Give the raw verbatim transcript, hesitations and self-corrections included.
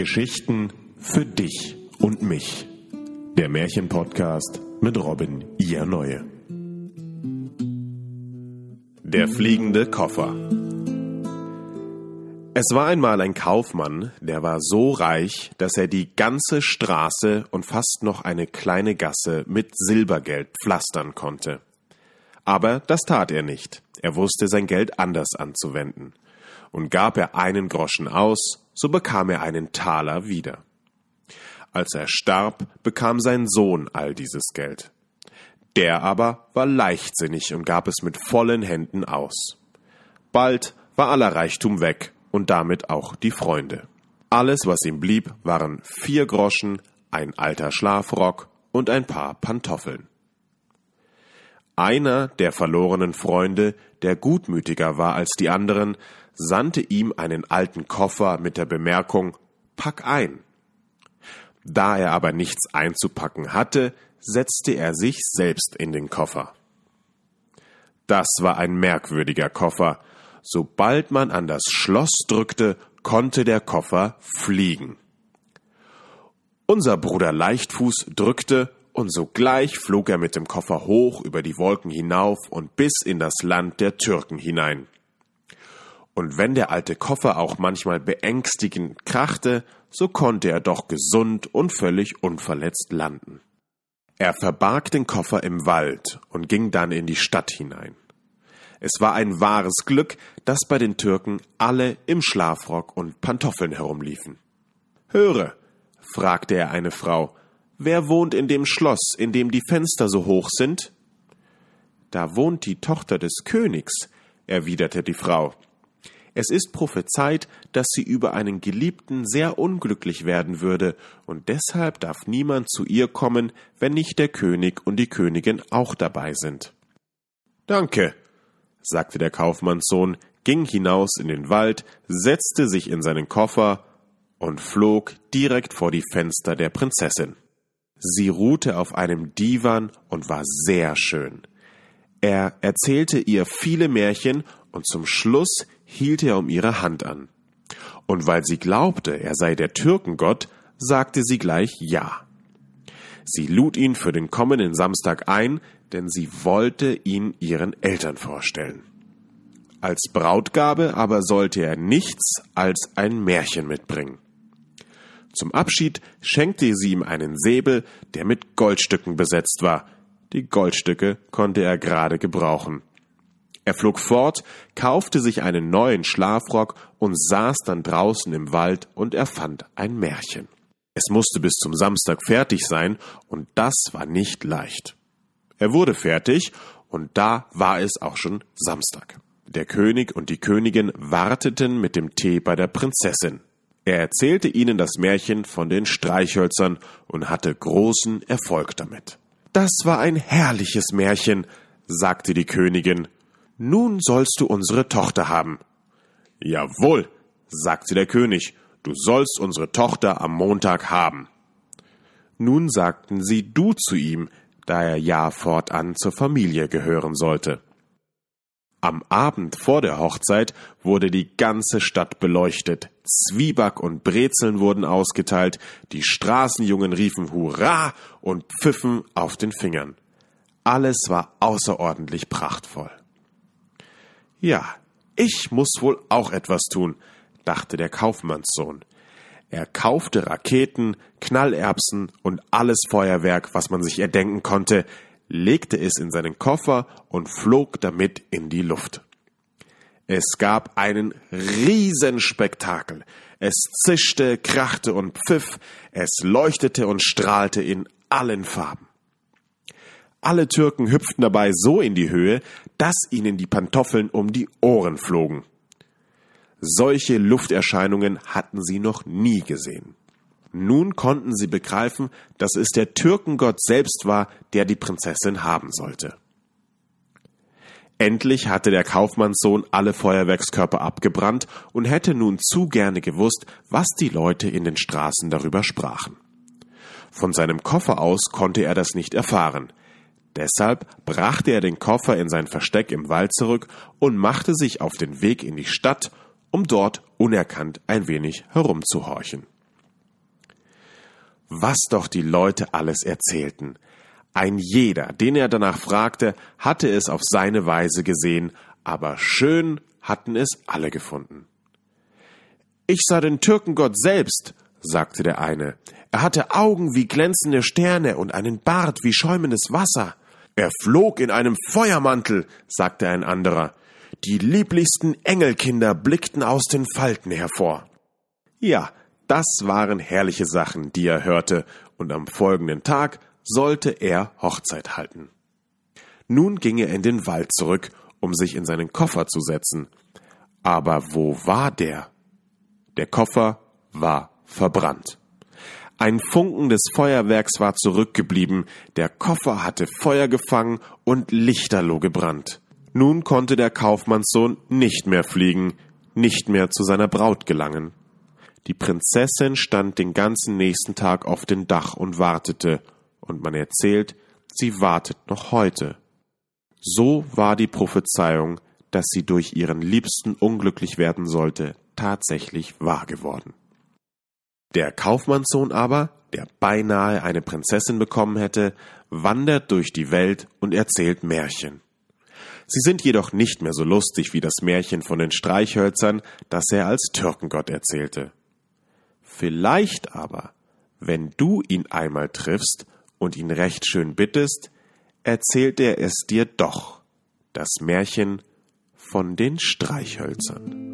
Geschichten für dich und mich. Der Märchenpodcast mit Robin Ianoye. Der fliegende Koffer. Es war einmal ein Kaufmann, der war so reich, dass er die ganze Straße und fast noch eine kleine Gasse mit Silbergeld pflastern konnte. Aber das tat er nicht. Er wusste sein Geld anders anzuwenden. Und gab er einen Groschen aus, so bekam er einen Taler wieder. Als er starb, bekam sein Sohn all dieses Geld. Der aber war leichtsinnig und gab es mit vollen Händen aus. Bald war aller Reichtum weg und damit auch die Freunde. Alles, was ihm blieb, waren vier Groschen, ein alter Schlafrock und ein paar Pantoffeln. Einer der verlorenen Freunde, der gutmütiger war als die anderen, sandte ihm einen alten Koffer mit der Bemerkung, »Pack ein«. Da er aber nichts einzupacken hatte, setzte er sich selbst in den Koffer. Das war ein merkwürdiger Koffer. Sobald man an das Schloss drückte, konnte der Koffer fliegen. Unser Bruder Leichtfuß drückte, und sogleich flog er mit dem Koffer hoch über die Wolken hinauf und bis in das Land der Türken hinein. Und wenn der alte Koffer auch manchmal beängstigend krachte, so konnte er doch gesund und völlig unverletzt landen. Er verbarg den Koffer im Wald und ging dann in die Stadt hinein. Es war ein wahres Glück, dass bei den Türken alle im Schlafrock und Pantoffeln herumliefen. »Höre«, fragte er eine Frau, »wer wohnt in dem Schloss, in dem die Fenster so hoch sind?« »Da wohnt die Tochter des Königs«, erwiderte die Frau. »Es ist prophezeit, dass sie über einen Geliebten sehr unglücklich werden würde, und deshalb darf niemand zu ihr kommen, wenn nicht der König und die Königin auch dabei sind.« »Danke«, sagte der Kaufmannssohn, ging hinaus in den Wald, setzte sich in seinen Koffer und flog direkt vor die Fenster der Prinzessin. Sie ruhte auf einem Divan und war sehr schön. Er erzählte ihr viele Märchen und zum Schluss hielt er um ihre Hand an. Und weil sie glaubte, er sei der Türkengott, sagte sie gleich Ja. Sie lud ihn für den kommenden Samstag ein, denn sie wollte ihn ihren Eltern vorstellen. Als Brautgabe aber sollte er nichts als ein Märchen mitbringen. Zum Abschied schenkte sie ihm einen Säbel, der mit Goldstücken besetzt war. Die Goldstücke konnte er gerade gebrauchen. Er flog fort, kaufte sich einen neuen Schlafrock und saß dann draußen im Wald und erfand ein Märchen. Es musste bis zum Samstag fertig sein, und das war nicht leicht. Er wurde fertig, und da war es auch schon Samstag. Der König und die Königin warteten mit dem Tee bei der Prinzessin. Er erzählte ihnen das Märchen von den Streichhölzern und hatte großen Erfolg damit. »Das war ein herrliches Märchen«, sagte die Königin. »Nun sollst du unsere Tochter haben.« »Jawohl«, sagte der König, »du sollst unsere Tochter am Montag haben.« Nun sagten sie du zu ihm, da er ja fortan zur Familie gehören sollte. Am Abend vor der Hochzeit wurde die ganze Stadt beleuchtet, Zwieback und Brezeln wurden ausgeteilt, die Straßenjungen riefen Hurra und pfiffen auf den Fingern. Alles war außerordentlich prachtvoll. »Ja, ich muss wohl auch etwas tun«, dachte der Kaufmannssohn. Er kaufte Raketen, Knallerbsen und alles Feuerwerk, was man sich erdenken konnte, legte es in seinen Koffer und flog damit in die Luft. Es gab einen Riesenspektakel. Es zischte, krachte und pfiff, es leuchtete und strahlte in allen Farben. Alle Türken hüpften dabei so in die Höhe, dass ihnen die Pantoffeln um die Ohren flogen. Solche Lufterscheinungen hatten sie noch nie gesehen. Nun konnten sie begreifen, dass es der Türkengott selbst war, der die Prinzessin haben sollte. Endlich hatte der Kaufmannssohn alle Feuerwerkskörper abgebrannt und hätte nun zu gerne gewusst, was die Leute in den Straßen darüber sprachen. Von seinem Koffer aus konnte er das nicht erfahren. Deshalb brachte er den Koffer in sein Versteck im Wald zurück und machte sich auf den Weg in die Stadt, um dort unerkannt ein wenig herumzuhorchen. Was doch die Leute alles erzählten. Ein jeder, den er danach fragte, hatte es auf seine Weise gesehen, aber schön hatten es alle gefunden. »Ich sah den Türkengott selbst«, sagte der eine. »Er hatte Augen wie glänzende Sterne und einen Bart wie schäumendes Wasser. Er flog in einem Feuermantel«, sagte ein anderer. »Die lieblichsten Engelkinder blickten aus den Falten hervor.« Ja, das waren herrliche Sachen, die er hörte, und am folgenden Tag sollte er Hochzeit halten. Nun ging er in den Wald zurück, um sich in seinen Koffer zu setzen. Aber wo war der? Der Koffer war verbrannt. Ein Funken des Feuerwerks war zurückgeblieben, der Koffer hatte Feuer gefangen und lichterloh gebrannt. Nun konnte der Kaufmannssohn nicht mehr fliegen, nicht mehr zu seiner Braut gelangen. Die Prinzessin stand den ganzen nächsten Tag auf dem Dach und wartete, und man erzählt, sie wartet noch heute. So war die Prophezeiung, dass sie durch ihren Liebsten unglücklich werden sollte, tatsächlich wahr geworden. Der Kaufmannssohn aber, der beinahe eine Prinzessin bekommen hätte, wandert durch die Welt und erzählt Märchen. Sie sind jedoch nicht mehr so lustig wie das Märchen von den Streichhölzern, das er als Türkengott erzählte. Vielleicht aber, wenn du ihn einmal triffst und ihn recht schön bittest, erzählt er es dir doch, das Märchen von den Streichhölzern.